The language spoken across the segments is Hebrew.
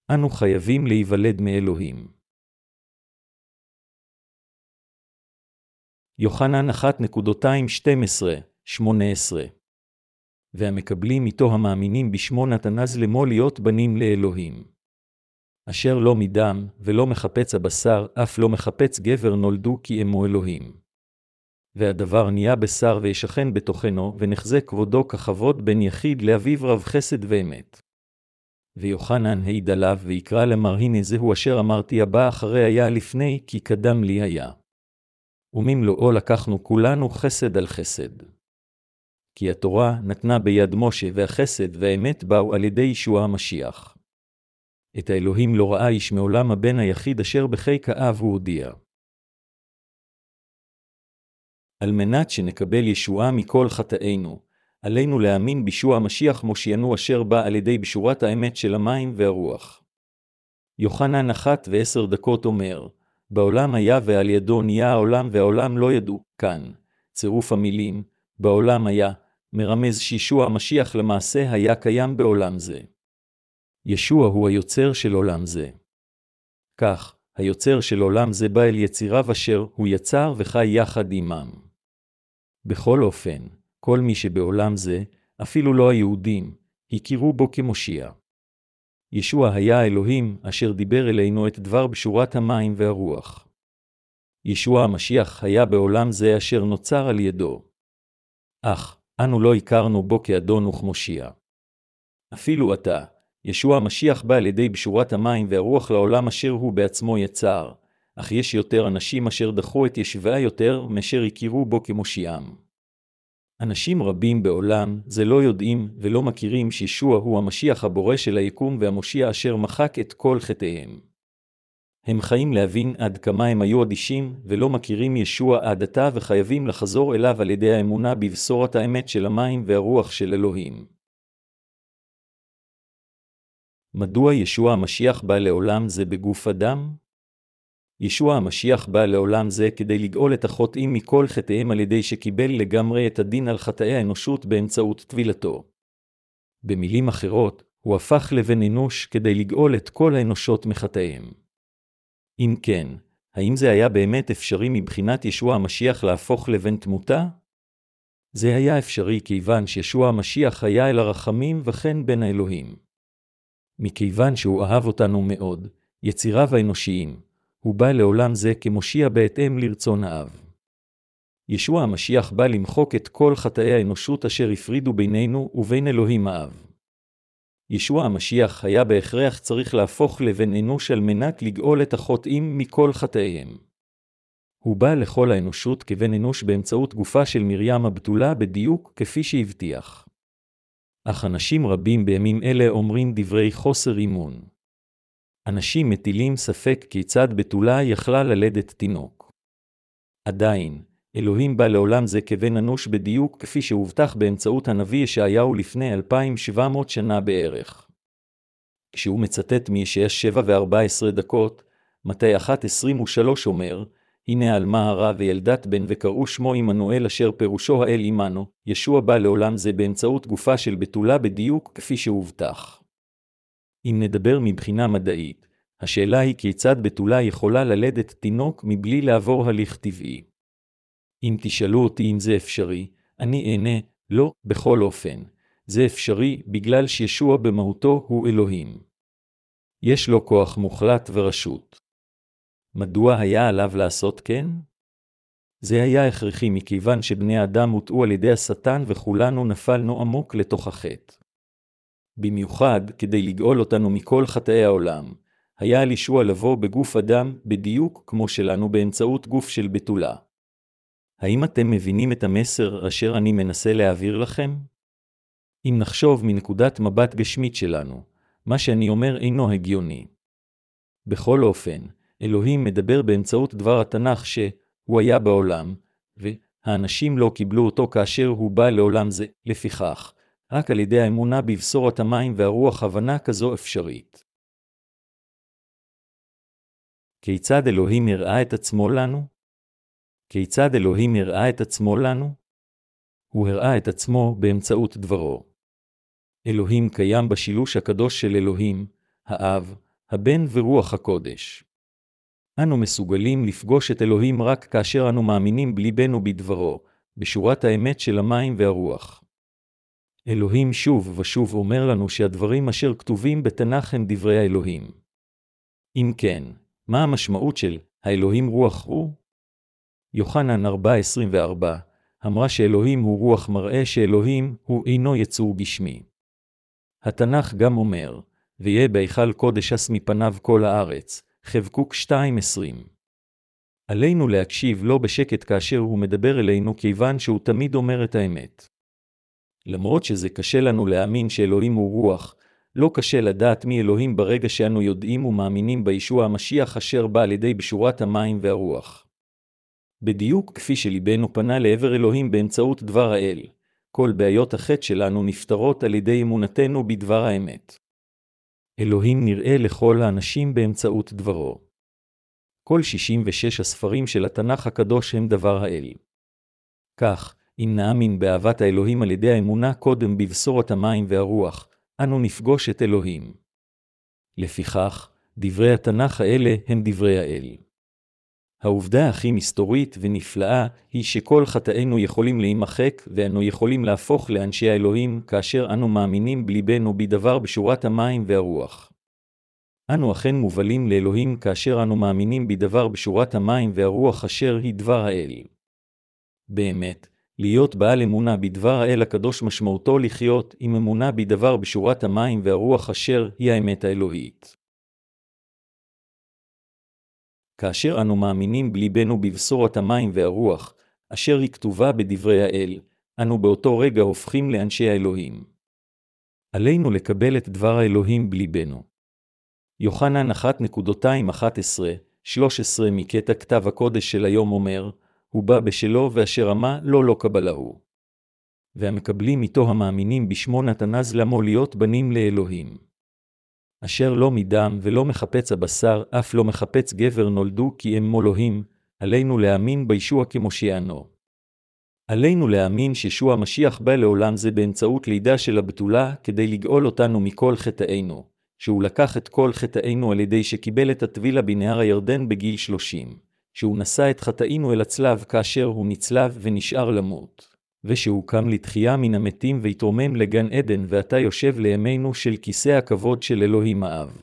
אנו חייבים להיוולד מאלוהים. יוחנן 1:12-18 והמקבלים איתו המאמינים בשמו נתנז למו להיות בנים לאלוהים. אשר לא מדם ולא מחפץ הבשר, אף לא מחפץ גבר נולדו כי אמו אלוהים. והדבר נהיה בשר וישכן בתוכנו, ונחזה כבודו ככבוד בן יחיד לאביו רב חסד ואמת. ויוחנן העיד עליו ויקרא למר, הנה זהו אשר אמרתי, הבא אחרי היה לפני, כי קדם לי היה. וממלואו לקחנו כולנו חסד על חסד. כי התורה נתנה ביד משה, והחסד והאמת באו על ידי ישוע המשיח. את האלוהים לא ראה איש מעולם, הבן היחיד אשר בחיק האב הוא הודיע. על מנת שנקבל ישועה מכל חטאינו, עלינו להאמין בישוע המשיח מושיענו, אשר בא על ידי בשורת האמת של המים והרוח. יוחנן 1:10 אומר, בעולם היה ועל ידו נהיה העולם והעולם לא ידעו. כאן, צירוף המילים, בעולם היה, מרמז שישוע המשיח למעשה היה קיים בעולם זה. ישוע הוא היוצר של עולם זה. כך, היוצר של עולם זה בא אל יציריו אשר הוא יצר וחי יחד עמם. בכל אופן, כל מי שבעולם זה, אפילו לא היהודים, הכירו בו כמושיע. ישוע היה האלוהים אשר דיבר אלינו את דבר בשורת המים והרוח. ישוע המשיח היה בעולם זה אשר נוצר על ידו. אך, אנו לא הכרנו בו כאדון וכמושיע. אפילו עתה, ישוע המשיח בא על ידי בשורת המים והרוח לעולם אשר הוא בעצמו יצר, אך יש יותר אנשים אשר דחו את ישוע יותר מאשר הכירו בו כמושיעם. אנשים רבים בעולם זה לא יודעים ולא מכירים שישוע הוא המשיח הבורא של היקום והמושיע אשר מחק את כל חטאיהם. הם חיים להבין עד כמה הם היו אדישים ולא מכירים ישוע עד עתה, וחייבים לחזור אליו על ידי האמונה בבשורת האמת של המים והרוח של אלוהים. מדוע ישוע המשיח בא לעולם זה בגוף אדם? ישוע המשיח בא לעולם זה כדי לגאול את החוטאים מכל חטאיהם על ידי שקיבל לגמרי את הדין על חטאי האנושות באמצעות טבילתו. במילים אחרות, הוא הפך לבן אנוש כדי לגאול את כל האנושות מחטאיהם. אם כן, האם זה היה באמת אפשרי מבחינת ישוע המשיח להפוך לבן תמותה? זה היה אפשרי כיוון שישוע המשיח היה אל הרחמים וכן בן האלוהים. מכיוון שהוא אהב אותנו מאוד, יציריו האנושיים, הוא בא לעולם זה כמושיע בהתאם לרצון האב. ישוע המשיח בא למחוק את כל חטאי האנושות אשר הפרידו בינינו ובין אלוהים האב. ישוע המשיח היה בהכרח צריך להפוך לבן אנוש על מנת לגאול את החוטאים מכל חטאיהם. הוא בא לכל האנושות כבן אנוש באמצעות גופה של מרים הבתולה בדיוק כפי שהבטיח. אך אנשים רבים בימים אלה אומרים דברי חוסר אימון. אנשים מטילים ספק כיצד בתולה יכלה ללדת תינוק. עדיין, אלוהים בא לעולם זה כבן אנוש בדיוק כפי שהובטח באמצעות הנביא ישעיהו לפני 2700 שנה בערך. כשהוא מצטט מישעיה 7:14, מתי 1:23 אומר, הנה עלמה הרה וילדת בן וקראו שמו עמנואל אשר פירושו האל עמנו. ישוע בא לעולם זה באמצעות גופה של בתולה בדיוק כפי שהובטח. אם נדבר מבחינה מדעית, השאלה היא כיצד בתולה יכולה ללדת תינוק מבלי לעבור הליך טבעי. אם תשאלו אותי אם זה אפשרי, אני אענה, לא, בכל אופן. זה אפשרי בגלל שישוע במהותו הוא אלוהים. יש לו כוח מוחלט ורשות. מדוע היה עליו לעשות כן? זה היה הכרחי מכיוון שבני אדם הוטעו על ידי השטן וכולנו נפלנו עמוק לתוך החטא. במיוחד כדי לגאול אותנו מכל חטאי העולם, היה על ישוע לבוא בגוף אדם בדיוק כמו שלנו באמצעות גוף של בתולה. האם אתם מבינים את המסר אשר אני מנסה להעביר לכם? אם נחשוב מנקודת מבט גשמית שלנו, מה שאני אומר אינו הגיוני. בכל אופן, אלוהים מדבר באמצעות דבר התנ"ך שהוא היה בעולם, והאנשים לא קיבלו אותו כאשר הוא בא לעולם זה. לפיכך, רק על ידי האמונה בבשורת המים והרוח הבנה כזו אפשרית. כיצד אלוהים הראה את עצמו לנו? כיצד אלוהים הראה את עצמו לנו? הוא הראה את עצמו באמצעות דברו. אלוהים קיים בשילוש הקדוש של אלוהים, האב, הבן ורוח הקודש. אנו מסוגלים לפגוש את אלוהים רק כאשר אנו מאמינים בליבנו בדברו, בשורת האמת של המים והרוח. אלוהים שוב ושוב אומר לנו שהדברים אשר כתובים בתנ"ך הם דברי האלוהים. אם כן, מה המשמעות של האלוהים רוח הוא? יוחנן 4:24 אמרה שאלוהים הוא רוח, מראה שאלוהים הוא אינו יצור גשמי. התנ"ך גם אומר, ויהיה בהיכל קודש אס מפניו כל הארץ, חבקוק 2:20. עלינו להקשיב לו בשקט כאשר הוא מדבר אלינו, כיוון שהוא תמיד אומר את האמת. למרות שזה קשה לנו להאמין שאלוהים הוא רוח, לא קשה לדעת מי אלוהים ברגע שאנו יודעים ומאמינים בישוע המשיח אשר בא על ידי בשורת המים והרוח. בדיוק כפי שליבנו פנה לעבר אלוהים באמצעות דבר האל, כל בעיות החטא שלנו נפתרות על ידי אמונתנו בדבר האמת. אלוהים נראה לכל האנשים באמצעות דברו. כל 66 הספרים של התנ"ך הקדוש הם דבר האל. כך, אם נאמין באהבת האלוהים על ידי האמונה קודם בבשורת המים והרוח, אנו נפגוש את אלוהים. לפיכך, דברי התנ"ך האלה הם דברי האל. העובדה הכי מסתורית ונפלאה היא שכל חטאינו יכולים להימחק ואנו יכולים להפוך לאנשי האלוהים כאשר אנו מאמינים בליבנו בדבר בשורת המים והרוח. אנו אכן מובלים לאלוהים כאשר אנו מאמינים בדבר בשורת המים והרוח אשר היא דבר האל. באמת, להיות בעל אמונה בדבר האל הקדוש משמעותו לחיות עם אמונה בדבר בשורת המים והרוח אשר היא האמת האלוהית. כאשר אנו מאמינים בליבנו בבשורת המים והרוח, אשר היא כתובה בדברי האל, אנו באותו רגע הופכים לאנשי האלוהים. עלינו לקבל את דבר האלוהים בליבנו. יוחנן 1:11-13 מקטע כתב הקודש של היום אומר, הוא בא בשלו ואשר אמר לא קבלהו. והמקבלים איתו המאמינים בשמו נתנז למו להיות בנים לאלוהים. אשר לא מדם ולא מחפץ הבשר, אף לא מחפץ גבר נולדו כי הם אלוהים, עלינו להאמין בישוע כמושיענו. עלינו להאמין שישוע המשיח בא לעולם זה באמצעות לידה של הבתולה כדי לגאול אותנו מכל חטאינו, שהוא לקח את כל חטאינו על ידי שקיבל את הטבילה בנהר הירדן בגיל 30, שהוא נשא את חטאינו אל הצלב כאשר הוא נצלב ונשאר למות, ושהוא קם לתחייה מן המתים והתרומם לגן עדן ועתה יושב לימינו של כיסא הכבוד של אלוהים האב.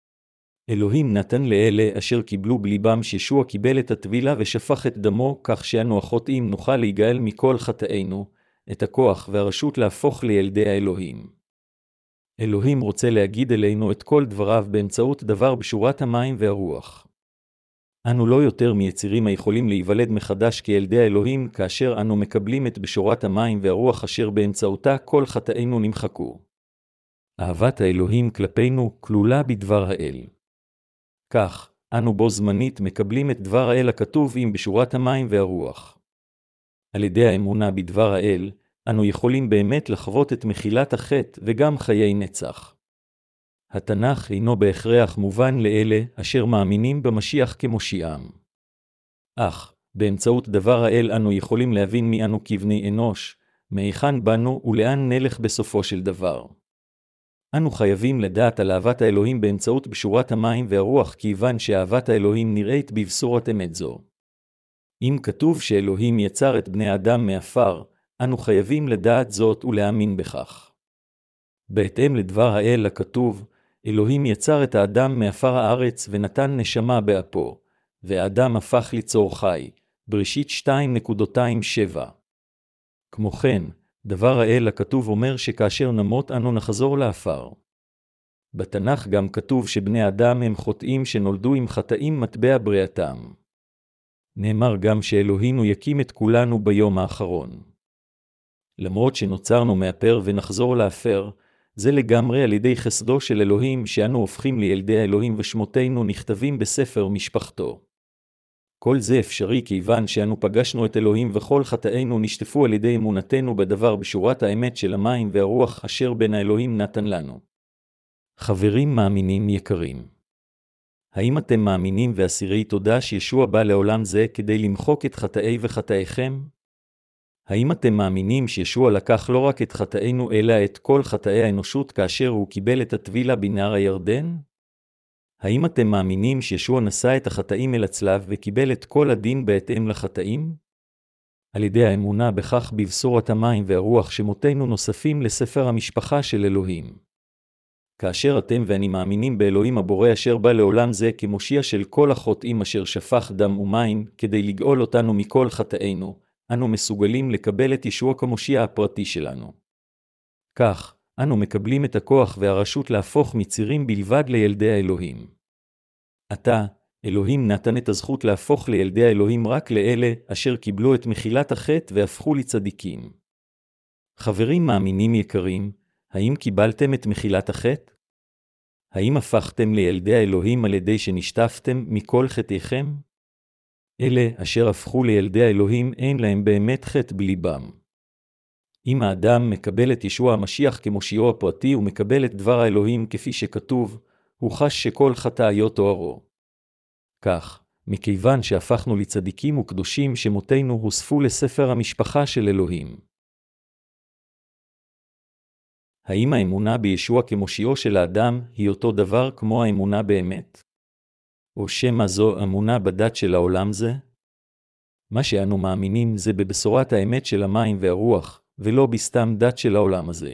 אלוהים נתן לאלה אשר קיבלו בליבם שישוע קיבל את הטבילה ושפך את דמו כך שאנו החוטאים נוכל להיגאל מכל חטאינו, את הכוח והרשות להפוך לילדי האלוהים. אלוהים רוצה להגיד אלינו את כל דבריו באמצעות דבר בשורת המים והרוח. אנו לא יותר מיצירים היכולים להיוולד מחדש כילדי האלוהים כאשר אנו מקבלים את בשורת המים והרוח אשר באמצעותה כל חטאינו נמחקו. אהבת האלוהים כלפינו כלולה בדבר האל. כך, אנו בו זמנית מקבלים את דבר האל הכתוב עם בשורת המים והרוח. על ידי האמונה בדבר האל, אנו יכולים באמת לחוות את מחילת החטא וגם חיי נצח. התנ"ך אינו בהכרח מובן לאלה אשר מאמינים במשיח כמושיעם. אך, באמצעות דבר האל אנו יכולים להבין מי אנו כבני אנוש, מהיכן באנו ולאן נלך בסופו של דבר. אנו חייבים לדעת על אהבת האלוהים באמצעות בשורת המים והרוח כיוון שאהבת האלוהים נראית בבשורת אמת זו. אם כתוב שאלוהים יצר את בני אדם מעפר, אנו חייבים לדעת זאת ולהאמין בכך. בהתאם לדבר האל הכתוב, אלוהים יצר את האדם מעפר הארץ ונתן נשמה באפו, והאדם הפך ליצור חי, בראשית 2:27. כמו כן, דבר האל הכתוב אומר שכאשר נמות אנו נחזור לעפר. בתנ"ך גם כתוב שבני אדם הם חוטאים שנולדו עם חטאים מטבע בריאתם. נאמר גם שאלוהינו יקים את כולנו ביום האחרון. למרות שנוצרנו מאפר ונחזור לאפר, זה לגמרי על ידי חסדו של אלוהים שאנו הופכים לילדי האלוהים ושמותינו נכתבים בספר משפחתו. כל זה אפשרי כיוון שאנו פגשנו את אלוהים וכל חטאינו נשטפו על ידי אמונתנו בדבר בשורת האמת של המים והרוח אשר בין האלוהים נתן לנו. חברים מאמינים יקרים, האם אתם מאמינים ואסירי תודה שישוע בא לעולם זה כדי למחוק את חטאי וחטאיכם? האם אתם מאמינים שישוע לקח לא רק את חטאינו אלא את כל חטאי האנושות כאשר הוא קיבל את הטבילה בנהר הירדן? האם אתם מאמינים שישוע נשא את החטאים אל הצלב וקיבל את כל הדין בהתאם לחטאים? על ידי האמונה בכך בבשורת המים והרוח שמותינו נוספים לספר המשפחה של אלוהים. כאשר אתם ואני מאמינים באלוהים הבורא אשר בא לעולם זה כמושיע של כל החוטאים אשר שפך דם ומים כדי לגאול אותנו מכל חטאינו, אנו מסוגלים לקבל את ישוע כמושיע הפרטי שלנו. כך, אנו מקבלים את הכוח והרשות להפוך מצירים בלבד לילדי האלוהים. עתה, אלוהים נתן את הזכות להפוך לילדי האלוהים רק לאלה אשר קיבלו את מחילת החטא והפכו לצדיקים. חברים מאמינים יקרים, האם קיבלתם את מחילת החטא? האם הפכתם לילדי האלוהים על ידי שנשטפתם מכל חטאיכם? אלה אשר הפכו לילדי האלוהים אין להם באמת חטא בליבם. אם האדם מקבל את ישוע המשיח כמושיעו הפרטי ומקבל את דבר האלוהים כפי שכתוב, הוא חש שכל חטאיו תוארו. כך, מכיוון שהפכנו לצדיקים וקדושים שמותינו הוספו לספר המשפחה של אלוהים. האם האמונה בישוע כמושיעו של האדם היא אותו דבר כמו האמונה באמת? או שמא זו אמונה בדת של העולם זה? מה שאנו מאמינים זה בבשורת האמת של המים והרוח, ולא בסתם דת של העולם הזה.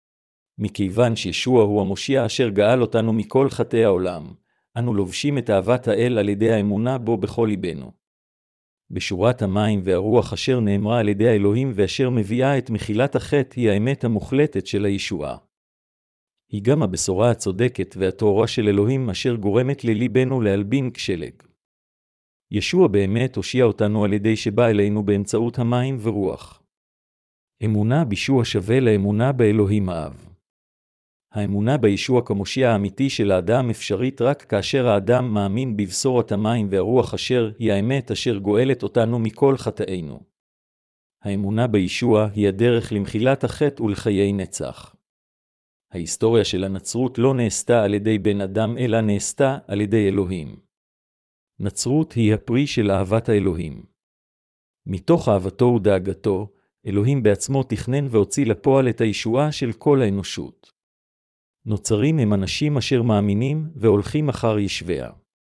מכיוון שישוע הוא המושיע אשר גאל אותנו מכל חטאי העולם, אנו לובשים את אהבת האל על ידי האמונה בו בכל ליבנו. בשורת המים והרוח אשר נאמרה על ידי האלוהים ואשר מביאה את מחילת החטא היא האמת המוחלטת של הישועה. היא גם הבשורה הצודקת והטהורה של אלוהים אשר גורמת לליבנו להלבין כשלג. ישוע באמת הושיע אותנו על ידי שבא אלינו באמצעות המים ורוח. אמונה בישוע שווה לאמונה באלוהים האב. האמונה בישוע כמושיע האמיתי של האדם אפשרית רק כאשר האדם מאמין בבשורת המים והרוח אשר היא האמת אשר גואלת אותנו מכל חטאינו. האמונה בישוע היא הדרך למחילת החטא ולחיי נצח. ההיסטוריה של הנצרות לא נעשתה על ידי בן אדם אלא נעשתה על ידי אלוהים. נצרות היא הפרי של אהבת האלוהים. מתוך אהבתו ודאגתו, אלוהים בעצמו תכנן והוציא לפועל את הישועה של כל האנושות. נוצרים הם אנשים אשר מאמינים והולכים אחר ישועיה.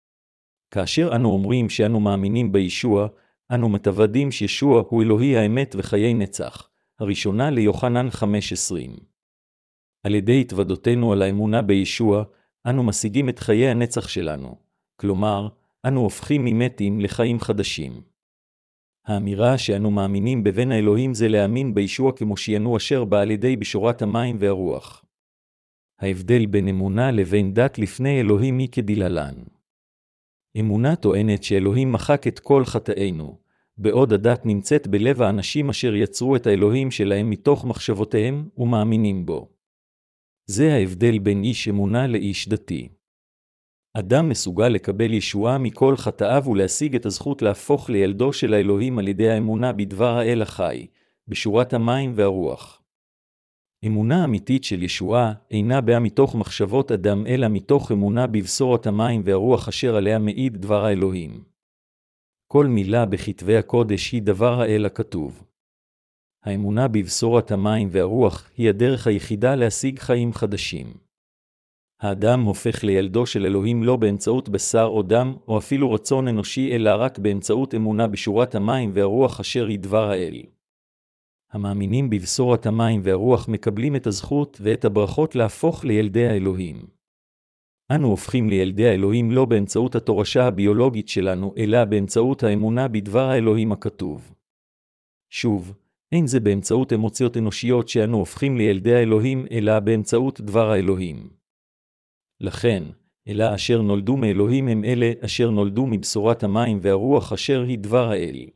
כאשר אנו אומרים שאנו מאמינים בישוע, אנו מתוודים שישוע הוא אלוהי האמת וחיי נצח, הראשונה ליוחנן 5:20. על ידי התוודותנו על האמונה בישוע, אנו משיגים את חיי הנצח שלנו, כלומר, אנו הופכים ממתים לחיים חדשים. האמירה שאנו מאמינים בבן האלוהים זה להאמין בישוע כמושיענו אשר בא על ידי בשורת המים והרוח. ההבדל בין אמונה לבין דת לפני אלוהים היא כדלהלן. אמונה טוענת שאלוהים מחק את כל חטאינו, בעוד הדת נמצאת בלב האנשים אשר יצרו את האלוהים שלהם מתוך מחשבותיהם ומאמינים בו. זה ההבדל בין איש אמונה לאיש דתי. אדם מסוגל לקבל ישועה מכל חטאיו ולהשיג את הזכות להפוך לילדו של האלוהים על ידי האמונה בדבר האל החי, בשורת המים והרוח. אמונה אמיתית של ישועה אינה באה מתוך מחשבות אדם אלא מתוך אמונה בבשורת המים והרוח אשר עליה מעיד דבר האלוהים. כל מילה בכתבי הקודש היא דבר האל הכתוב. האמונה בבשורת המים והרוח היא הדרך היחידה להשיג חיים חדשים. האדם הופך לילדו של אלוהים לא באמצעות בשר או דם או אפילו רצון אנושי אלא רק באמצעות אמונה בשורת המים והרוח אשר היא דבר האל. המאמינים בבשורת המים והרוח מקבלים את הזכות ואת הברכות להפוך לילדי האלוהים. אנו הופכים לילדי האלוהים לא באמצעות התורשה הביולוגית שלנו, אלא באמצעות האמונה בדבר האלוהים הכתוב. שוב, אין זה באמצעות אמוציות אנושיות שאנו הופכים לילדי האלוהים, אלא באמצעות דבר האלוהים. לכן, אלה אשר נולדו מאלוהים הם אלה אשר נולדו מבשורת המים והרוח אשר היא דבר האל.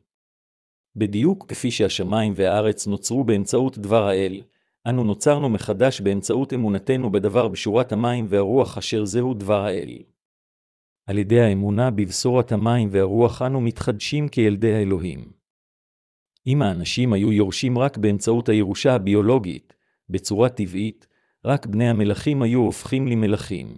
בדיוק כפי שהשמיים והארץ נוצרו באמצעות דבר האל, אנו נוצרנו מחדש באמצעות אמונתנו בדבר בשורת המים והרוח אשר זהו דבר האל. על ידי האמונה בבשורת המים והרוח אנו מתחדשים כילדי האלוהים. אם האנשים היו יורשים רק באמצעות הירושה הביולוגית, בצורה טבעית, רק בני המלכים היו הופכים למלכים.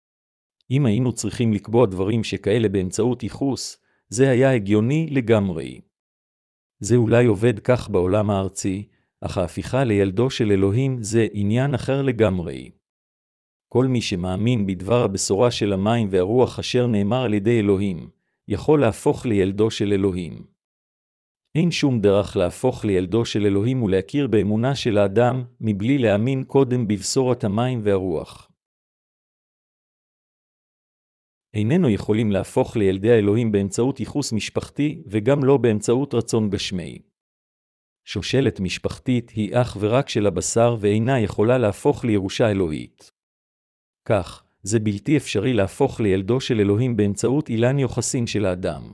אם היינו צריכים לקבוע דברים שכאלה באמצעות ייחוס, זה היה הגיוני לגמרי. זה אולי עובד כך בעולם הארצי, אך ההפיכה לילדו של אלוהים זה עניין אחר לגמרי. כל מי שמאמין בדבר הבשורה של המים והרוח אשר נאמר על ידי אלוהים, יכול להפוך לילדו של אלוהים. אין שום דרך להפוך לילדו של אלוהים ולהכיר באמונה של האדם, מבלי להאמין קודם בבשורת המים והרוח. איננו יכולים להפוך לילדי האלוהים באמצעות ייחוס משפחתי, וגם לא באמצעות רצון גשמי. שושלת משפחתית היא אך ורק של הבשר ואינה יכולה להפוך לירושה אלוהית. כך, זה בלתי אפשרי להפוך לילדו של אלוהים באמצעות אילן יוחסין של האדם.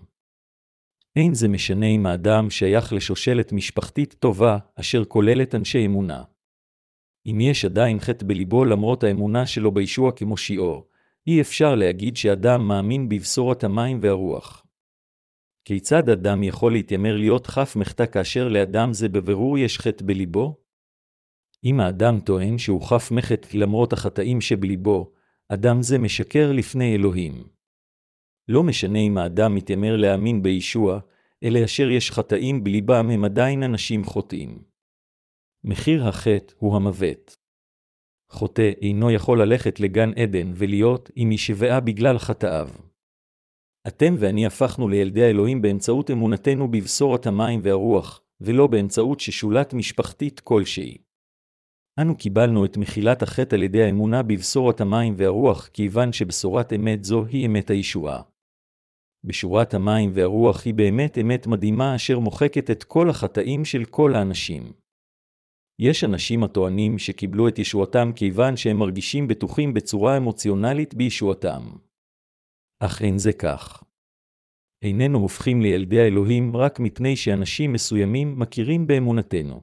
אין זה משנה אם האדם שייך לשושלת משפחתית טובה, אשר כוללת אנשי אמונה. אם יש עדיין חטא בליבו למרות האמונה שלו בישוע כמושיעו, אי אפשר להגיד שאדם מאמין בבשורת המים והרוח. כיצד אדם יכול להתיימר להיות חף מחטא כאשר לאדם זה בבירור יש חטא בליבו? אם האדם טוען שהוא חף מחטא למרות החטאים שבליבו, אדם זה משקר לפני אלוהים. לא משנה אם האדם מתיימר להאמין בישוע, אלא אשר יש חטאים בליבם הם עדיין אנשים חוטאים. מחיר החטא הוא המוות. חוטא אינו יכול ללכת לגן עדן ולהיות עם ישבעה בגלל חטאיו. אתם ואני הפכנו לילדי האלוהים באמצעות אמונתנו בבשורת המים והרוח, ולא באמצעות ששולת משפחתית כלשהי. אנו קיבלנו את מחילת החטא על ידי האמונה בבשורת המים והרוח, כיוון שבשורת אמת זו היא אמת הישועה. בשורת המים והרוח היא באמת אמת מדהימה אשר מוחקת את כל החטאים של כל האנשים. יש אנשים הטוענים שקיבלו את ישועתם כיוון שהם מרגישים בטוחים בצורה אמוציונלית בישועתם. אך אין זה כך. איננו הופכים לילדי האלוהים רק מפני שאנשים מסוימים מכירים באמונתנו.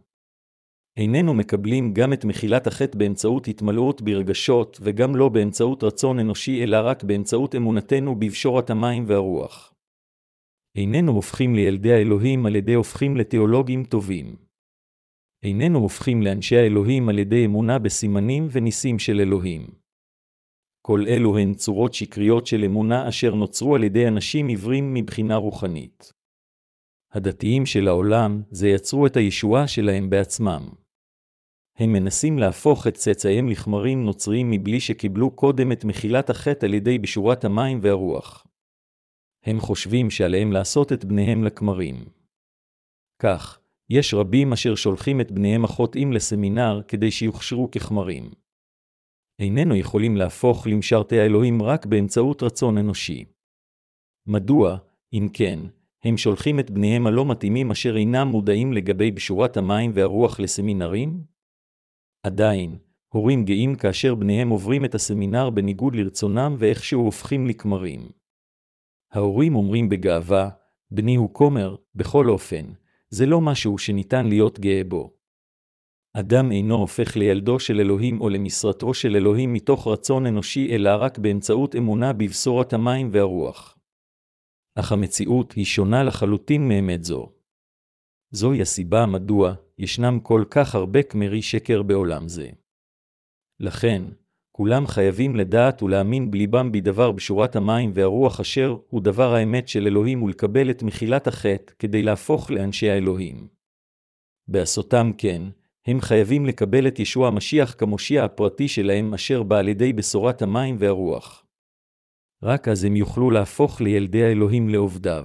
איננו מקבלים גם את מחילת החטא באמצעות התמלאות ברגשות וגם לא באמצעות רצון אנושי אלא רק באמצעות אמונתנו בבשורת המים והרוח. איננו הופכים לילדי האלוהים על ידי הופכים לתיאולוגים טובים. איננו הופכים לאנשי האלוהים על ידי אמונה בסימנים וניסים של אלוהים. כל אלו הן צורות שקריות של אמונה אשר נוצרו על ידי אנשים עיוורים מבחינה רוחנית. הדתיים של העולם זה יצרו את הישועה שלהם בעצמם. הם מנסים להפוך את צאצאיהם לחמרים נוצריים מבלי שקיבלו קודם את מחילת החטא על ידי בשורת המים והרוח. הם חושבים שעליהם לעשות את בניהם לכמרים. כך, יש רבים אשר שולחים את בניהם החוטאים לסמינר כדי שיוכשרו כחמרים. איננו יכולים להפוך למשרתי האלוהים רק באמצעות רצון אנושי. מדוע, אם כן, הם שולחים את בניהם הלא מתאימים אשר אינם מודעים לגבי בשורת המים והרוח לסמינרים? עדיין, הורים גאים כאשר בניהם עוברים את הסמינר בניגוד לרצונם ואיכשהו הופכים לכמרים. ההורים אומרים בגאווה, בני הוא כומר, בכל אופן, זה לא משהו שניתן להיות גאה בו. אדם אינו הופך לילדו של אלוהים או למשרתו של אלוהים מתוך רצון אנושי אלא רק באמצעות אמונה בבשורת המים והרוח. אך המציאות היא שונה לחלוטין מאמת זו. זוהי הסיבה מדוע ישנם כל כך הרבה כמרי שקר בעולם זה. לכן, כולם חייבים לדעת ולהאמין בליבם בדבר בשורת המים והרוח אשר הוא דבר האמת של אלוהים ולקבל את מחילת החטא כדי להפוך לאנשי האלוהים. בעשותם כן, הם חייבים לקבל את ישוע המשיח כמושיע הפרטי שלהם אשר בא על ידי בשורת המים והרוח. רק אז הם יוכלו להפוך לילדי האלוהים לעובדיו.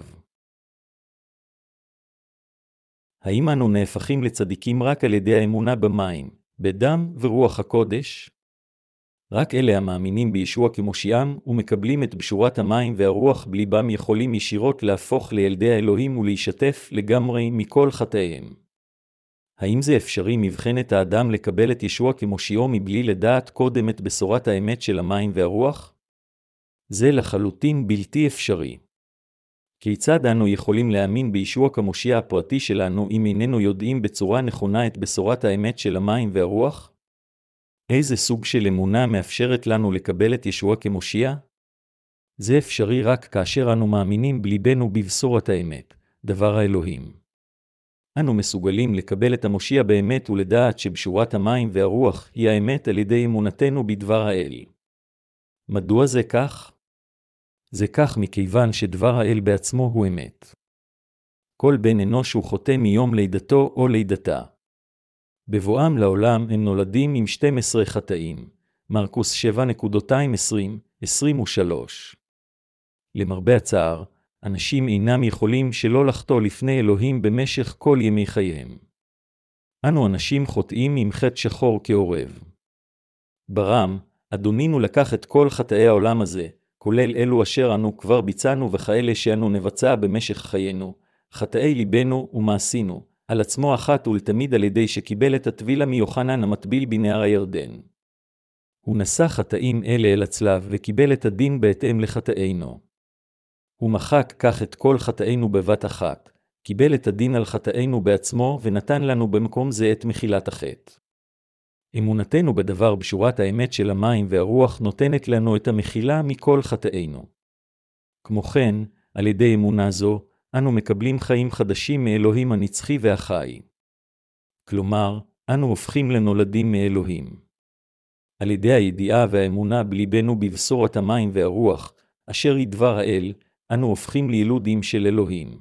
האם אנו נהפכים לצדיקים רק על ידי האמונה במים, בדם ורוח הקודש? רק אלה המאמינים בישוע כמושיעם ומקבלים את בשורת המים והרוח בליבם יכולים ישירות להפוך לילדי האלוהים ולהישטף לגמרי מכל חטאיהם. האם זה אפשרי מבחן את האדם לקבל את ישוע כמושיעו מבלי לדעת קודם את בשורת האמת של המים והרוח? זה לחלוטין בלתי אפשרי. כיצד אנו יכולים להאמין בישוע כמושיע הפרטי שלנו אם איננו יודעים בצורה נכונה את בשורת האמת של המים והרוח? איזה סוג של אמונה מאפשרת לנו לקבל את ישוע כמושיע? זה אפשרי רק כאשר אנו מאמינים בליבנו בבשורת האמת, דבר האלוהים. אנו מסוגלים לקבל את המושיע באמת ולדעת שבשורת המים והרוח היא האמת על ידי אמונתנו בדבר האל. מדוע זה כך? זה כך מכיוון שדבר האל בעצמו הוא אמת. כל בן אנוש הוא חוטא מיום לידתו או לידתה. בבואם לעולם הם נולדים עם 12 חטאים, מרקוס 7:20-23. למרבה הצער, אנשים אינם יכולים שלא לחטוא לפני אלוהים במשך כל ימי חייהם. אנו אנשים חוטאים עם חטא שחור כעורב. ברם, אדונינו לקח את כל חטאי העולם הזה, כולל אלו אשר אנו כבר ביצענו וכאלה שאנו נבצע במשך חיינו, חטאי ליבנו ומעשינו, על עצמו אחת ולתמיד על ידי שקיבל את הטבילה מיוחנן המטביל בנהר הירדן. הוא נשא חטאים אלה אל הצלב וקיבל את הדין בהתאם לחטאינו. הוא מחק כך את כל חטאינו בבת אחת, קיבל את הדין על חטאינו בעצמו ונתן לנו במקום זה את מחילת החטא. אמונתנו בדבר בשורת האמת של המים והרוח נותנת לנו את המחילה מכל חטאינו. כמו כן, על ידי אמונה זו, אנו מקבלים חיים חדשים מאלוהים הנצחי והחי. כלומר, אנו הופכים לנולדים מאלוהים. על ידי הידיעה והאמונה בליבנו בבשורת המים והרוח, אשר היא דבר האל, אנו הופכים לילודים של אלוהים.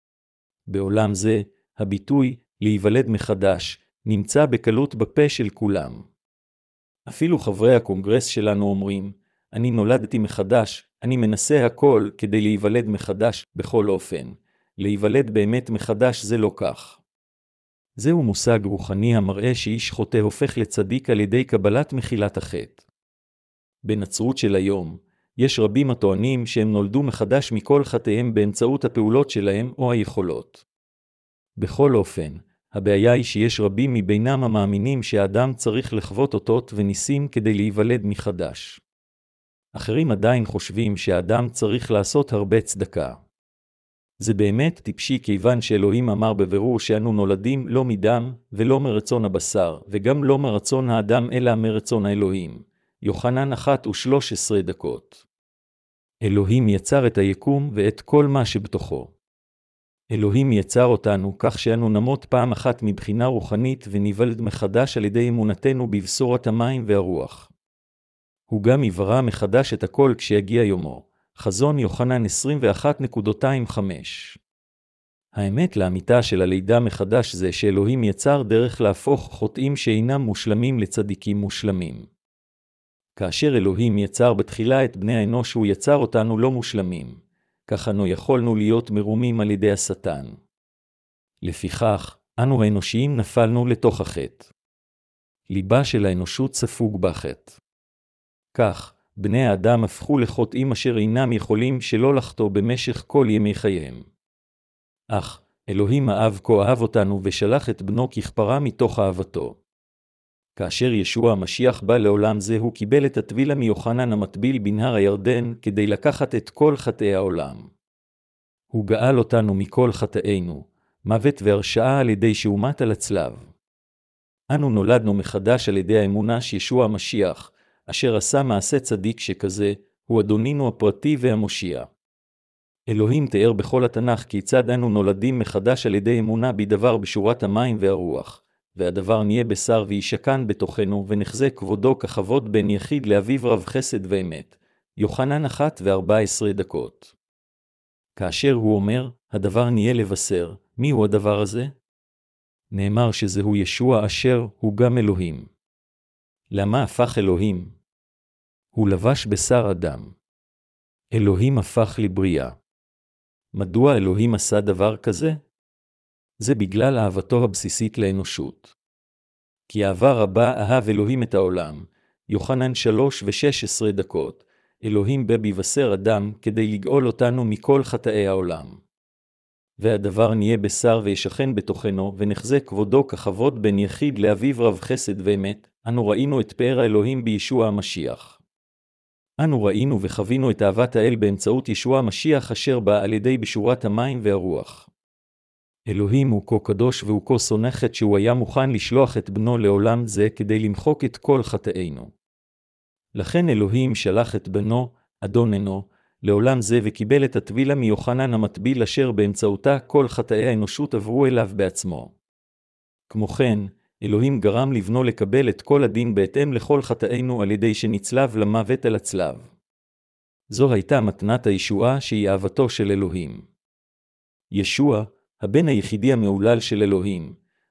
בעולם זה, הביטוי להיוולד מחדש נמצא בקלות בפה של כולם. אפילו חברי הקונגרס שלנו אומרים, אני נולדתי מחדש, אני מנסה הכל כדי להיוולד מחדש בכל אופן. להיוולד באמת מחדש זה לא כך. זהו מושג רוחני המראה שאיש חוטא הופך לצדיק על ידי קבלת מחילת החטא. בנצרות של היום, יש רבים הטוענים שהם נולדו מחדש מכל חטאיהם באמצעות הפעולות שלהם או היכולות. בכל אופן, הבעיה היא שיש רבים מבינם המאמינים שהאדם צריך לחוות אותות וניסים כדי להיוולד מחדש. אחרים עדיין חושבים שהאדם צריך לעשות הרבה צדקה. זה באמת טיפשי כיוון שאלוהים אמר בבירור שאנו נולדים לא מדם ולא מרצון הבשר, וגם לא מרצון האדם אלא מרצון האלוהים. יוחנן 1:13. אלוהים יצר את היקום ואת כל מה שבתוכו. אלוהים יצר אותנו כך שאנו נמות פעם אחת מבחינה רוחנית וניוולד מחדש על ידי אמונתנו בבשורת המים והרוח. הוא גם יברא מחדש את הכל כשיגיע יומו. חזון יוחנן 21:25. האמת לאמיתה של הלידה מחדש זה שאלוהים יצר דרך להפוך חוטאים שאינם מושלמים לצדיקים מושלמים. כאשר אלוהים יצר בתחילה את בני האנוש הוא יצר אותנו לא מושלמים. כך אנו יכולנו להיות מרומים על ידי השטן. לפיכך, אנו האנושיים נפלנו לתוך החטא. ליבה של האנושות ספוג בחטא. כך, בני האדם הפכו לחוטאים אשר אינם יכולים שלא לחטוא במשך כל ימי חייהם. אך, אלוהים האב כה אהב אותנו ושלח את בנו ככפרה מתוך אהבתו. כאשר ישוע המשיח בא לעולם זה הוא קיבל את הטבילה מיוחנן המטביל בנהר הירדן כדי לקחת את כל חטאי העולם. הוא גאל אותנו מכל חטאינו, מוות והרשעה על ידי שהומת על הצלב. אנו נולדנו מחדש על ידי האמונה שישוע המשיח, אשר עשה מעשה צדיק שכזה, הוא אדונינו הפרטי והמושיע. אלוהים תיאר בכל התנ"ך כיצד אנו נולדים מחדש על ידי אמונה בדבר בשורת המים והרוח, והדבר נהיה בשר וישכן בתוכנו ונחזה כבודו ככבוד בן יחיד לאביו רב חסד ואמת. יוחנן 1:14. כאשר הוא אומר, הדבר נהיה לבשר, מי הוא הדבר הזה? נאמר שזהו ישוע אשר הוא גם אלוהים. למה הפך אלוהים? הוא לבש בשר אדם. אלוהים הפך לבריאה. מדוע אלוהים עשה דבר כזה? זה בגלל אהבתו הבסיסית לאנושות. כי אהבה רבה אהב אלוהים את העולם. יוחנן 3:16. אלוהים בא בבשר אדם כדי לגאול אותנו מכל חטאי העולם. והדבר נהיה בשר וישכן בתוכנו ונחזה כבודו ככבוד בן יחיד לאביו רב חסד ואמת. אנו ראינו את פאר האלוהים בישוע המשיח. אנו ראינו וחווינו את אהבת האל באמצעות ישוע המשיח אשר בא על ידי בשורת המים והרוח. אלוהים הוא כה קדוש והוא כה שונא חטא שהוא היה מוכן לשלוח את בנו לעולם זה כדי למחוק את כל חטאינו. לכן אלוהים שלח את בנו, אדוננו, לעולם זה וקיבל את הטבילה מיוחנן המטביל אשר באמצעותה כל חטאי האנושות עברו אליו בעצמו. כמו כן, אלוהים גרם לבנו לקבל את כל הדין בהתאם לכל חטאינו על ידי שנצלב למוות על הצלב. זו הייתה מתנת הישועה שהיא אהבתו של אלוהים. ישוע, הבן היחידי המעולל של אלוהים,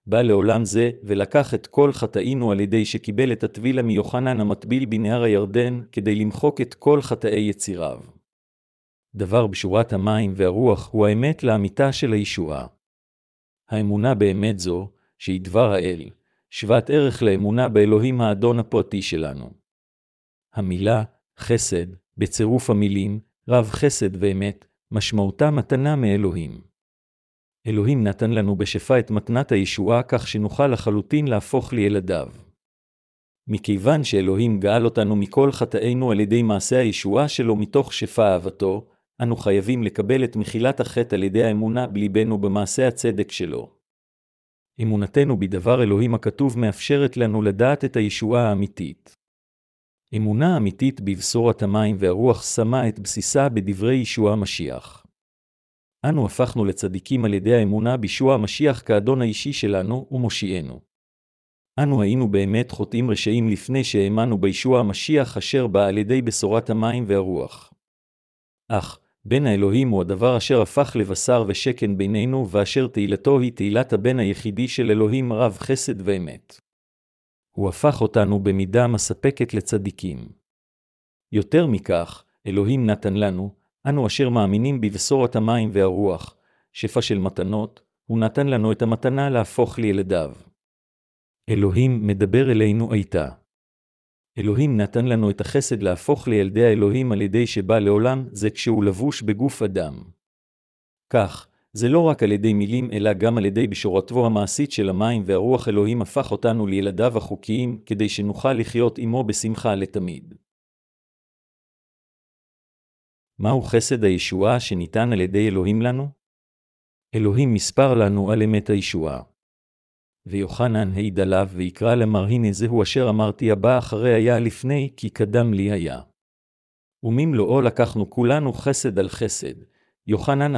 בא לעולם זה ולקח את כל חטאינו על ידי שקיבל את הטבילה מיוחנן המטביל בנהר הירדן כדי למחוק את כל חטאי יציריו. דבר בשורת המים והרוח הוא האמת לאמיתה של הישועה. האמונה באמת זו, שהיא דבר האל, שוות ערך לאמונה באלוהים האדון הפרטי שלנו. המילה חסד, בצירוף המילים רב חסד ואמת, משמעותה מתנה מאלוהים. אלוהים נתן לנו בשפע את מתנת הישועה כך שנוכל לחלוטין להפוך לילדיו. מכיוון שאלוהים גאל אותנו מכל חטאינו על ידי מעשה הישועה שלו מתוך שפע אהבתו, אנו חייבים לקבל את מחילת החטא על ידי האמונה בליבנו במעשה הצדק שלו. אמונתנו בדבר אלוהים הכתוב מאפשרת לנו לדעת את הישועה האמיתית. אמונה אמיתית בבשורת המים והרוח שמה את בסיסה בדברי ישוע המשיח. אנו הפכנו לצדיקים על ידי האמונה בישוע המשיח כאדון האישי שלנו ומושיענו. אנו היינו באמת חוטאים רשעים לפני שהאמנו בישוע המשיח אשר בא על ידי בשורת המים והרוח. אך, בן האלוהים הוא הדבר אשר הפך לבשר ושכן בינינו ואשר תהילתו היא תהילת הבן היחידי של אלוהים רב חסד ואמת. הוא הפך אותנו במידה מספקת לצדיקים. יותר מכך, אלוהים נתן לנו, אנו אשר מאמינים בבשורת המים והרוח, שפע של מתנות, הוא נתן לנו את המתנה להפוך לילדיו. אלוהים מדבר אלינו איתה. אלוהים נתן לנו את החסד להפוך לילדי האלוהים על ידי שבא לעולם זה כשהוא לבוש בגוף אדם. כך, זה לא רק על ידי מילים אלא גם על ידי בשורתו המעשית של המים והרוח אלוהים הפך אותנו לילדיו החוקיים כדי שנוכל לחיות עמו בשמחה לתמיד. מהו חסד הישועה שניתן על ידי אלוהים לנו? אלוהים מספר לנו על אמת הישועה. ויוחנן העיד עליו ויקרא למר הנה זהו אשר אמרתי הבא אחרי היה לפני כי קדם לי היה. וממלואו לקחנו כולנו חסד על חסד. יוחנן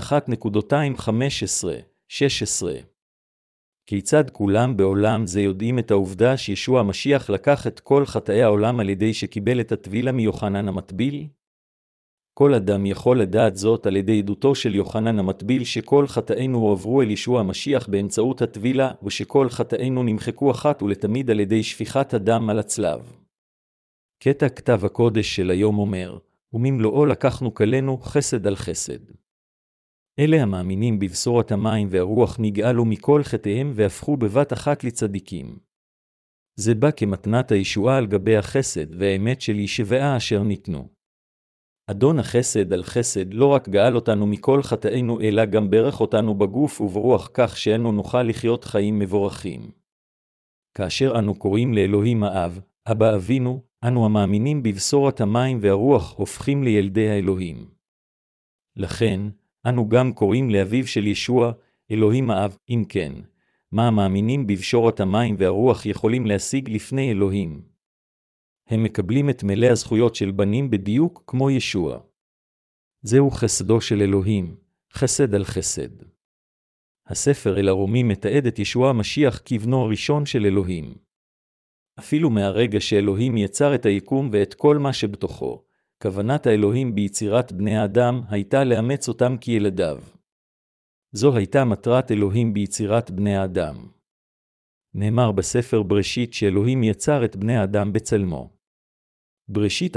1:15-16. כיצד כולם בעולם זה יודעים את העובדה שישוע המשיח לקח את כל חטאי העולם על ידי שקיבל את הטבילה מיוחנן המטביל? כל אדם יכול לדעת זאת על ידי עדותו של יוחנן המטביל שכל חטאינו הועברו אל ישוע המשיח באמצעות הטבילה ושכל חטאינו נמחקו אחת ולתמיד על ידי שפיכת הדם על הצלב. קטע כתב הקודש של היום אומר, וממלואו לקחנו כלנו חסד על חסד. אלה המאמינים בבשורת המים והרוח נגאלו מכל חטאיהם והפכו בבת אחת לצדיקים. זה בא כמתנת הישועה על גבי החסד והאמת של ישבעה אשר ניתנו. אדון החסד על חסד לא רק גאל אותנו מכל חטאינו אלא גם ברך אותנו בגוף וברוח כך שאנו נוכל לחיות חיים מבורכים. כאשר אנו קוראים לאלוהים האב, אבא אבינו, אנו המאמינים בבשורת המים והרוח הופכים לילדי האלוהים. לכן, אנו גם קוראים לאביו של ישוע, אלוהים האב, אם כן, מה המאמינים בבשורת המים והרוח יכולים להשיג לפני אלוהים? הם מקבלים את מלא הזכויות של בנים בדיוק כמו ישוע. זהו חסדו של אלוהים, חסד על חסד. הספר אל הרומים מתעד את ישוע המשיח כבנו הראשון של אלוהים. אפילו מהרגע שאלוהים יצר את היקום ואת כל מה שבתוכו, כוונת האלוהים ביצירת בני האדם הייתה לאמץ אותם כילדיו. זו הייתה מטרת אלוהים ביצירת בני האדם. נאמר בספר בראשית שאלוהים יצר את בני האדם בצלמו. בראשית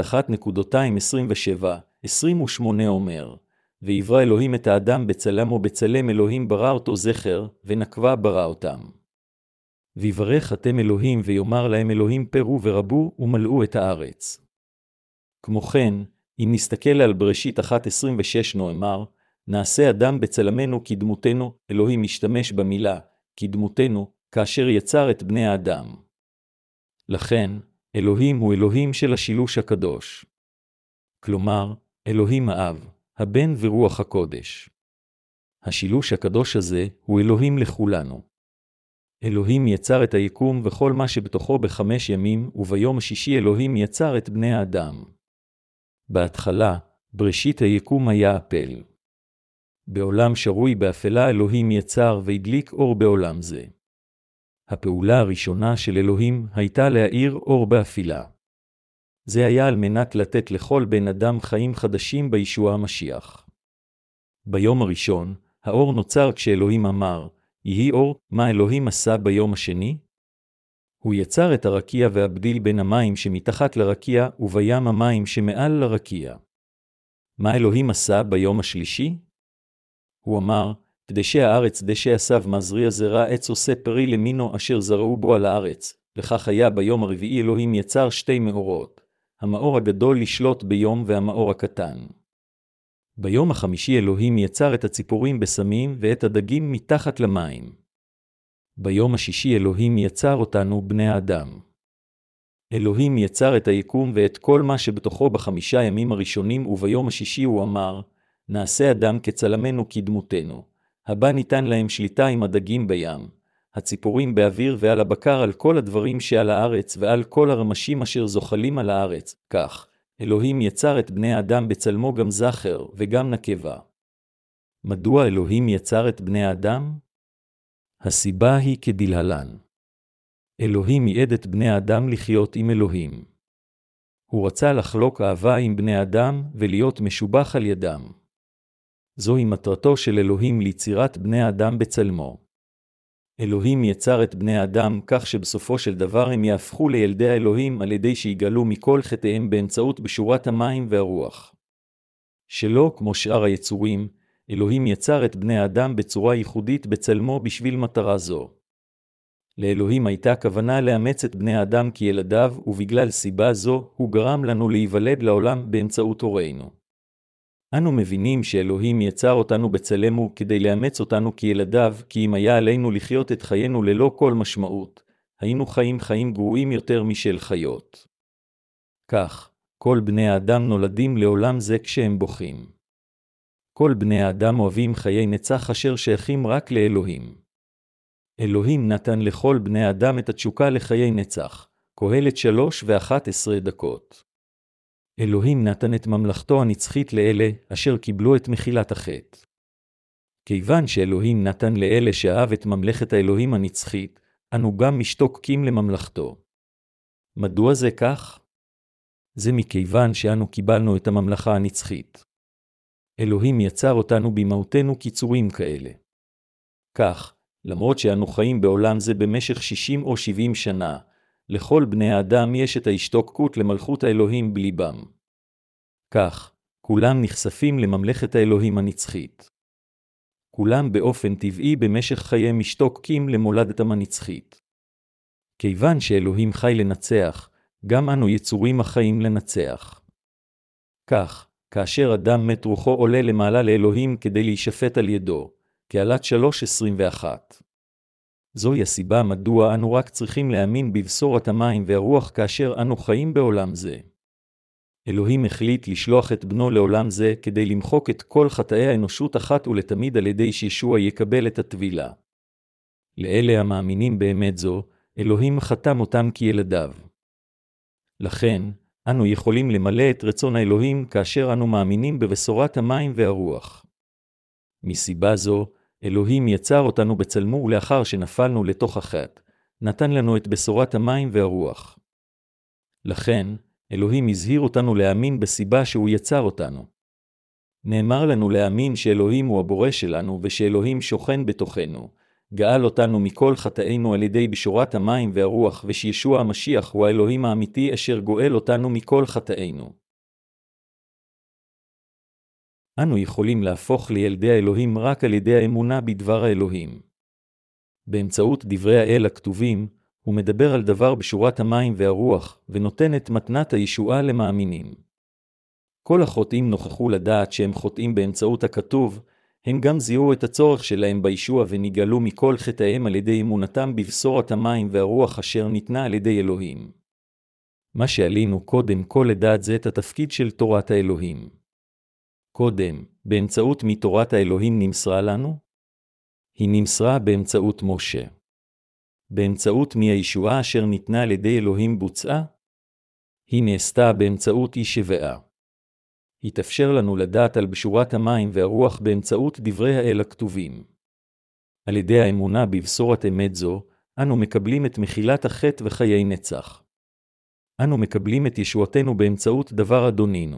1:27-28 אומר, ויברא אלוהים את האדם בצלמו בצלם אלוהים ברא אותו זכר, ונקבה ברא אותם. ויברך אתם אלוהים ויאמר להם אלוהים פרו ורבו ומלאו את הארץ. כמו כן, אם נסתכל על בראשית 1:26 נאמר, נעשה אדם בצלמנו כדמותנו, אלוהים משתמש במילה, כדמותנו, כאשר יצר את בני האדם. לכן, אלוהים הוא אלוהים של השילוש הקדוש. כלומר, אלוהים האב, הבן ורוח הקודש. השילוש הקדוש הזה הוא אלוהים לכולנו. אלוהים יצר את היקום וכל מה שבתוכו ב5 ימים, וביום השישי אלוהים יצר את בני האדם. בהתחלה, בראשית היקום היה אפל. בעולם שרוי באפלה אלוהים יצר והדליק אור בעולם זה. הפעולה הראשונה של אלוהים הייתה להאיר אור באפילה. זה היה על מנת לתת לכל בן אדם חיים חדשים בישוע המשיח. ביום הראשון, האור נוצר כשאלוהים אמר, יהי אור, מה אלוהים עשה ביום השני? הוא יצר את הרקיע והבדיל בין המים שמתחת לרקיע ובים המים שמעל לרקיע. מה אלוהים עשה ביום השלישי? הוא אמר, דשא הארץ דשא עשב מזריע זרע עץ עושה פרי למינו אשר זרעו בו על הארץ. וכך היה ביום הרביעי אלוהים יצר שתי מאורות, המאור הגדול לשלוט ביום והמאור הקטן. ביום החמישי אלוהים יצר את הציפורים בסמים ואת הדגים מתחת למים. ביום השישי אלוהים יצר אותנו בני האדם. אלוהים יצר את היקום ואת כל מה שבתוכו ב5 ימים הראשונים, וביום השישי הוא אמר, נעשה אדם כצלמנו כדמותנו, הבא ניתן להם שליטה עם הדגים בים, הציפורים באוויר ועל הבקר, על כל הדברים שעל הארץ ועל כל הרמשים אשר זוחלים על הארץ. כך, אלוהים יצר את בני האדם בצלמו, גם זכר וגם נקבה. מדוע אלוהים יצר את בני האדם? הסיבה היא כדלהלן. אלוהים ייעד את בני האדם לחיות עם אלוהים. הוא רצה לחלוק אהבה עם בני אדם ולהיות משובח על ידם. זוהי מטרתו של אלוהים ליצירת בני האדם בצלמו. אלוהים יצר את בני האדם כך שבסופו של דבר הם יהפכו לילדי האלוהים על ידי שיגלו מכל חטאיהם באמצעות בשורת המים והרוח. שלא כמו שאר היצורים, אלוהים יצר את בני האדם בצורה ייחודית בצלמו בשביל מטרה זו. לאלוהים הייתה כוונה לאמץ את בני האדם כילדיו, ובגלל סיבה זו הוא גרם לנו להיוולד לעולם באמצעות הורינו. אנו מבינים שאלוהים יצר אותנו בצלמו כדי לאמץ אותנו כילדיו, כי אם היה עלינו לחיות את חיינו ללא כל משמעות, היינו חיים גרועים יותר משל חיות. כך, כל בני האדם נולדים לעולם זה כשהם בוכים. כל בני האדם אוהבים חיי נצח אשר שייכים רק לאלוהים. אלוהים נתן לכל בני האדם את התשוקה לחיי נצח, קהלת 3:11. אלוהים נתן את ממלכתו הנצחית לאלה אשר קיבלו את מחילת החטא. כיוון שאלוהים נתן לאלה שאהב את ממלכת האלוהים הנצחית, אנו גם משתוקקים לממלכתו. מדוע זה כך? זה מכיוון שאנו קיבלנו את הממלכה הנצחית. אלוהים יצר אותנו במהותנו קיצורים כאלה. כך, למרות שאנו חיים בעולם זה במשך 60 או 70 שנה, לכל בני האדם יש את ההשתוקקות למלכות האלוהים בליבם. כך, כולם נחשפים לממלכת האלוהים הנצחית. כולם באופן טבעי במשך חייהם משתוקקים למולדתם הנצחית. כיוון שאלוהים חי לנצח, גם אנו יצורים החיים לנצח. כך, כאשר אדם מת רוחו עולה למעלה לאלוהים כדי להישפט על ידו, קהלת 3:21. זוהי הסיבה מדוע אנו רק צריכים להאמין בבשורת המים והרוח כאשר אנו חיים בעולם זה. אלוהים החליט לשלוח את בנו לעולם זה כדי למחוק את כל חטאי האנושות אחת ולתמיד על ידי שישוע יקבל את הטבילה. לאלה המאמינים באמת זו, אלוהים חתם אותם כילדיו. לכן, אנו יכולים למלא את רצון האלוהים כאשר אנו מאמינים בבשורת המים והרוח. מסיבה זו, אלוהים יצר אותנו בצלמו, ולאחר שנפלנו לתוך החטא, נתן לנו את בשורת המים והרוח. לכן, אלוהים הזהיר אותנו להאמין בסיבה שהוא יצר אותנו. נאמר לנו להאמין שאלוהים הוא הבורא שלנו ושאלוהים שוכן בתוכנו, גאל אותנו מכל חטאינו על ידי בשורת המים והרוח, ושישוע המשיח הוא האלוהים האמיתי אשר גואל אותנו מכל חטאינו. אנו יכולים להפוך לילדי האלוהים רק על ידי האמונה בדבר האלוהים. באמצעות דברי האל הכתובים, הוא מדבר על דבר בשורת המים והרוח, ונותן את מתנת הישועה למאמינים. כל החוטאים נוכחו לדעת שהם חוטאים באמצעות הכתוב, הם גם זיהו את הצורך שלהם בישוע ונגאלו מכל חטאיהם על ידי אמונתם בבשורת המים והרוח אשר ניתנה על ידי אלוהים. מה שעלינו קודם כל לדעת זה את התפקיד של תורת האלוהים. קודם, באמצעות מי תורת האלוהים נמסרה לנו? היא נמסרה באמצעות משה. באמצעות מי הישועה אשר ניתנה על ידי אלוהים בוצעה? היא נעשתה באמצעות ישבעה. התאפשר לנו לדעת על בשורת המים והרוח באמצעות דברי האל הכתובים. על ידי האמונה בבשורת אמת זו, אנו מקבלים את מחילת החטא וחיי נצח. אנו מקבלים את ישועתנו באמצעות דבר אדונינו.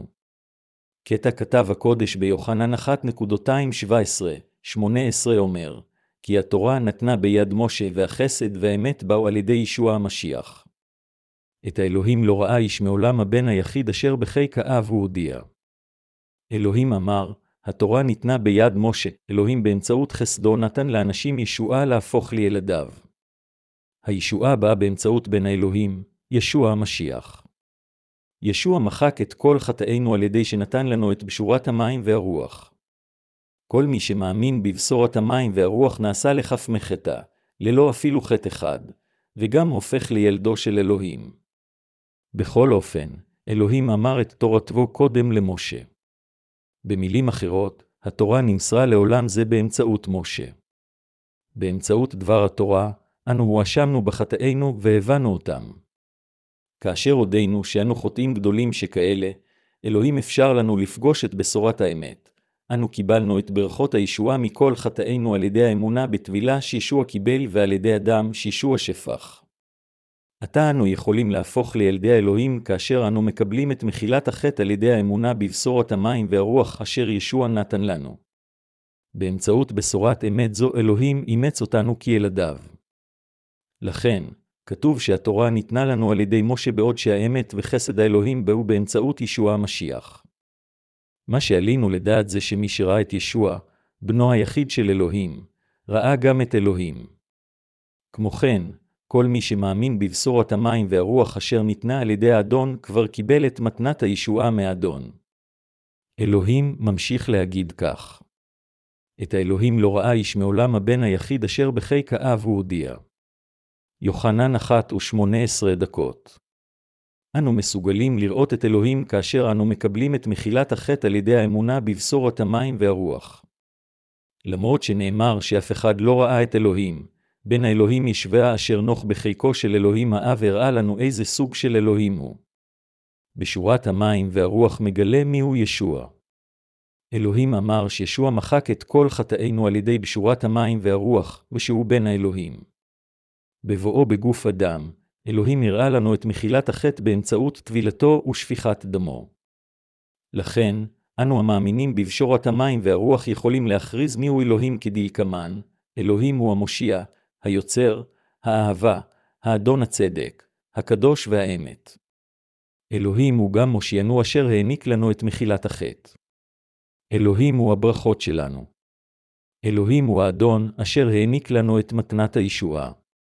קטע כתב הקודש ביוחנן 1:17-18 אומר, כי התורה נתנה ביד משה והחסד והאמת באו על ידי ישוע המשיח. את האלוהים לא ראה איש מעולם הבן היחיד אשר בחיק האב הוא הודיע. אלוהים אמר, התורה ניתנה ביד משה, אלוהים באמצעות חסדו נתן לאנשים ישועה להפוך לילדיו. הישועה באה באמצעות בן האלוהים, ישוע המשיח. ישוע מחק את כל חטאינו על ידי שנתן לנו את בשורת המים והרוח. כל מי שמאמין בבשורת המים והרוח נעשה לחף מחטא, ללא אפילו חטא אחד, וגם הופך לילדו של אלוהים. בכל אופן, אלוהים אמר את תורתו קודם למשה. במילים אחרות, התורה נמסרה לעולם זה באמצעות משה. באמצעות דבר התורה, אנו הואשמנו בחטאינו והבנו אותם. כאשר הודינו שאנו חוטאים גדולים שכאלה, אלוהים אפשר לנו לפגוש את בשורת האמת. אנו קיבלנו את ברכות הישועה מכל חטאינו על ידי האמונה בטבילה שישוע קיבל ועל ידי הדם שישוע שפך. עתה אנו יכולים להפוך לילדי האלוהים כאשר אנו מקבלים את מחילת החטא על ידי האמונה בבשורת המים והרוח אשר ישוע נתן לנו. באמצעות בשורת אמת זו אלוהים אימץ אותנו כילדיו. לכן, כתוב שהתורה ניתנה לנו על ידי משה בעוד שהאמת וחסד האלוהים באו באמצעות ישוע המשיח. מה שעלינו לדעת זה שמי שראה את ישוע, בנו היחיד של אלוהים, ראה גם את אלוהים. כמו כן, כל מי שמאמין בבשורת המים והרוח אשר ניתנה על ידי האדון כבר קיבל את מתנת הישועה מהאדון. אלוהים ממשיך להגיד כך. את האלוהים לא ראה איש מעולם הבן היחיד אשר בחיק האב הוא הודיע. יוחנן 1:18. אנו מסוגלים לראות את אלוהים כאשר אנו מקבלים את מחילת החטא על ידי האמונה בבשורת המים והרוח. למרות שנאמר שאף אחד לא ראה את אלוהים, בן האלוהים ישוע אשר נוח בחיקו של אלוהים האב הראה לנו איזה סוג של אלוהים הוא. בשורת המים והרוח מגלה מיהו ישוע. אלוהים אמר שישוע מחק את כל חטאינו על ידי בשורת המים והרוח, ושהוא בן האלוהים. בבואו בגוף אדם, אלוהים הראה לנו את מחילת החטא באמצעות טבילתו ושפיכת דמו. לכן, אנו המאמינים בבשורת המים והרוח יכולים להכריז מיהו אלוהים כדלקמן, אלוהים הוא המושיע, היוצר, האהבה, האדון הצדק, הקדוש והאמת. אלוהים הוא גם מושיענו אשר העניק לנו את מחילת החטא. אלוהים הוא הברכות שלנו. אלוהים הוא האדון אשר העניק לנו את מתנת הישועה.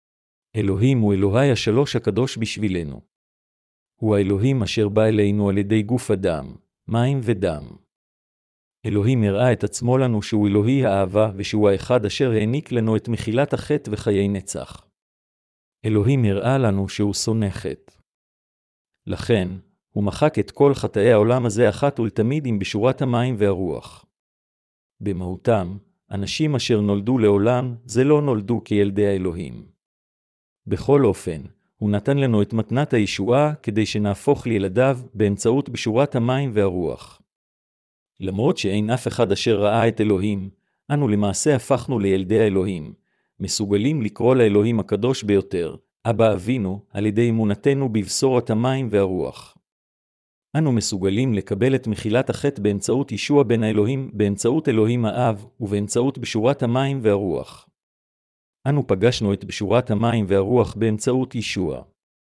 אלוהים הוא אלוהי השלוש הקדוש בשבילנו. הוא האלוהים אשר בא אלינו על ידי גוף אדם, מים ודם. אלוהים הראה את עצמו לנו שהוא אלוהי האהבה ושהוא האחד אשר העניק לנו את מחילת החטא וחיי נצח. אלוהים הראה לנו שהוא שונא חטא. לכן, הוא מחק את כל חטאי העולם הזה אחת ולתמיד עם בשורת המים והרוח. במהותם, אנשים אשר נולדו לעולם, זה לא נולדו כילדי האלוהים. בכל אופן, הוא נתן לנו את מתנת הישועה כדי שנהפוך לילדיו באמצעות בשורת המים והרוח. למרות שאין אף אחד אשר ראה את אלוהים, אנו למעשה הפכנו לילדי האלוהים, מסוגלים לקרוא לאלוהים הקדוש ביותר, אבא אבינו, על ידי אמונתנו בבשורת המים והרוח. אנו מסוגלים לקבל את מחילת החטא באמצעות ישוע בן האלוהים, באמצעות אלוהים האב, ובאמצעות בשורת המים והרוח. אנו פגשנו את בשורת המים והרוח באמצעות ישוע.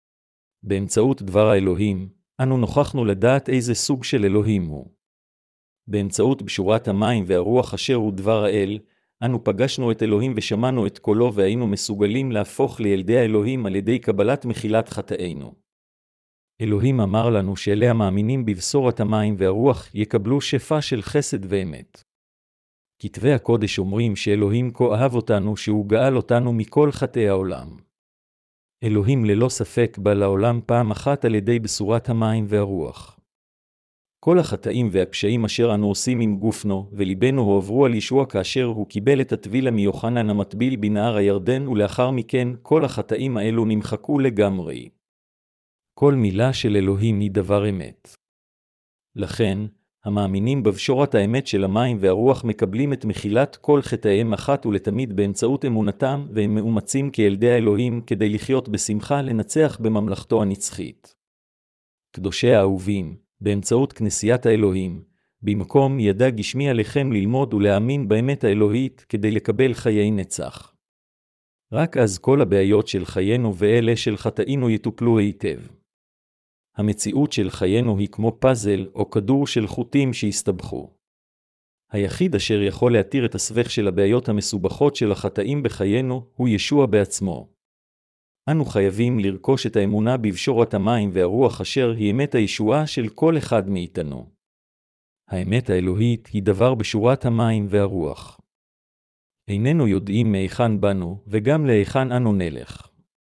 באמצעות דבר האלוהים, אנו נוכחנו לדעת איזה סוג של אלוהים הוא. באמצעות בשורת המים והרוח אשר הוא דבר האל, אנו פגשנו את אלוהים ושמענו את קולו והיינו מסוגלים להפוך לילדי האלוהים על ידי קבלת מחילת חטאינו. אלוהים אמר לנו שאלה המאמינים בבשורת המים והרוח יקבלו שפע של חסד ואמת. כתבי הקודש אומרים שאלוהים כה אהב אותנו שהוא גאל אותנו מכל חטאי העולם. אלוהים ללא ספק בא לעולם פעם אחת על ידי בשורת המים והרוח. כל החטאים והפשעים אשר אנו עושים עם גופנו וליבנו הועברו על ישוע כאשר הוא קיבל את הטבילה מיוחנן המטביל בנהר הירדן ולאחר מכן כל החטאים האלו נמחקו לגמרי. כל מילה של אלוהים היא דבר אמת. לכן, המאמינים בבשורת האמת של המים והרוח מקבלים את מחילת כל חטאיהם אחת ולתמיד באמצעות אמונתם והם מאומצים כילדי האלוהים כדי לחיות בשמחה לנצח בממלכתו הנצחית. קדושי האהובים, באמצעות כנסיית האלוהים, במקום ידע גשמי עליכם ללמוד ולהאמין באמת האלוהית כדי לקבל חיי נצח. רק אז כל הבעיות של חיינו ואלה של חטאינו יטופלו היטב. המציאות של חיינו היא כמו פאזל או כדור של חוטים שהסתבכו. היחיד אשר יכול להתיר את הסבך של הבעיות המסובכות של החטאים בחיינו הוא ישוע בעצמו. אנו חייבים לרכוש את האמונה בבשורת המים והרוח אשר היא אמת הישועה של כל אחד מאיתנו. האמת האלוהית היא דבר בשורת המים והרוח. איננו יודעים מהיכן באנו וגם להיכן אנו נלך.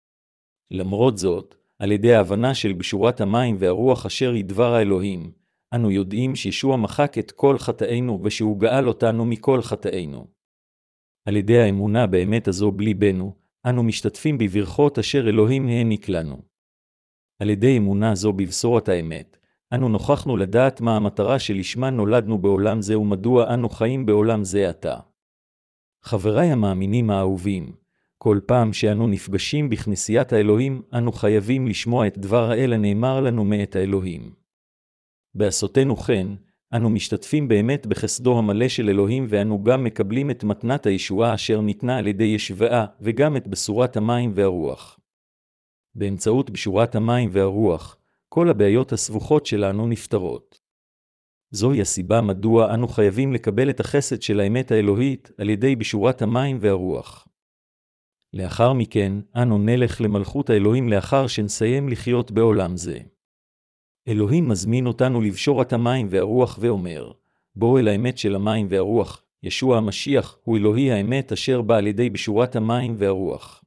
למרות זאת, על ידי ההבנה של בשורת המים והרוח אשר היא דבר האלוהים, אנו יודעים שישוע מחק את כל חטאינו ושהוא גאל אותנו מכל חטאינו. על ידי האמונה באמת הזו בליבנו, אנו משתתפים בברכות אשר אלוהים העניק לנו. על ידי אמונה זו בבשורת האמת, אנו נוכחנו לדעת מה המטרה שלשמה נולדנו בעולם זה ומדוע אנו חיים בעולם זה עתה. חבריי המאמינים האהובים, כל פעם שאנו נפגשים בכנסיית האלוהים, אנו חייבים לשמוע את דבר האל הנאמר לנו מאת האלוהים. בעשותנו כן, אנו משתתפים באמת בחסדו המלא של אלוהים ואנו גם מקבלים את מתנת הישועה אשר ניתנה על ידי ישבעה וגם את בשורת המים והרוח. באמצעות בשורת המים והרוח, כל הבעיות הסבוכות שלנו נפתרות. זוהי הסיבה מדוע אנו חייבים לקבל את החסד של האמת האלוהית על ידי בשורת המים והרוח. לאחר מכן, אנו נלך למלכות האלוהים לאחר שנסיים לחיות בעולם זה. אלוהים מזמין אותנו לבשורת המים והרוח ואומר, בואו אל האמת של המים והרוח, ישוע המשיח הוא אלוהי האמת אשר בא על ידי בשורת המים והרוח.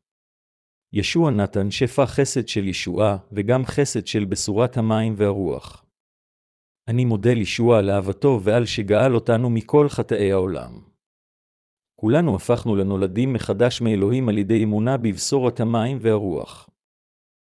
ישוע נתן שפע חסד של ישועה וגם חסד של בשורת המים והרוח. אני מודה לישוע על אהבתו ועל שגאל אותנו מכל חטאי העולם. כולנו הפכנו לנולדים מחדש מאלוהים על ידי אמונה בבשורת המים והרוח.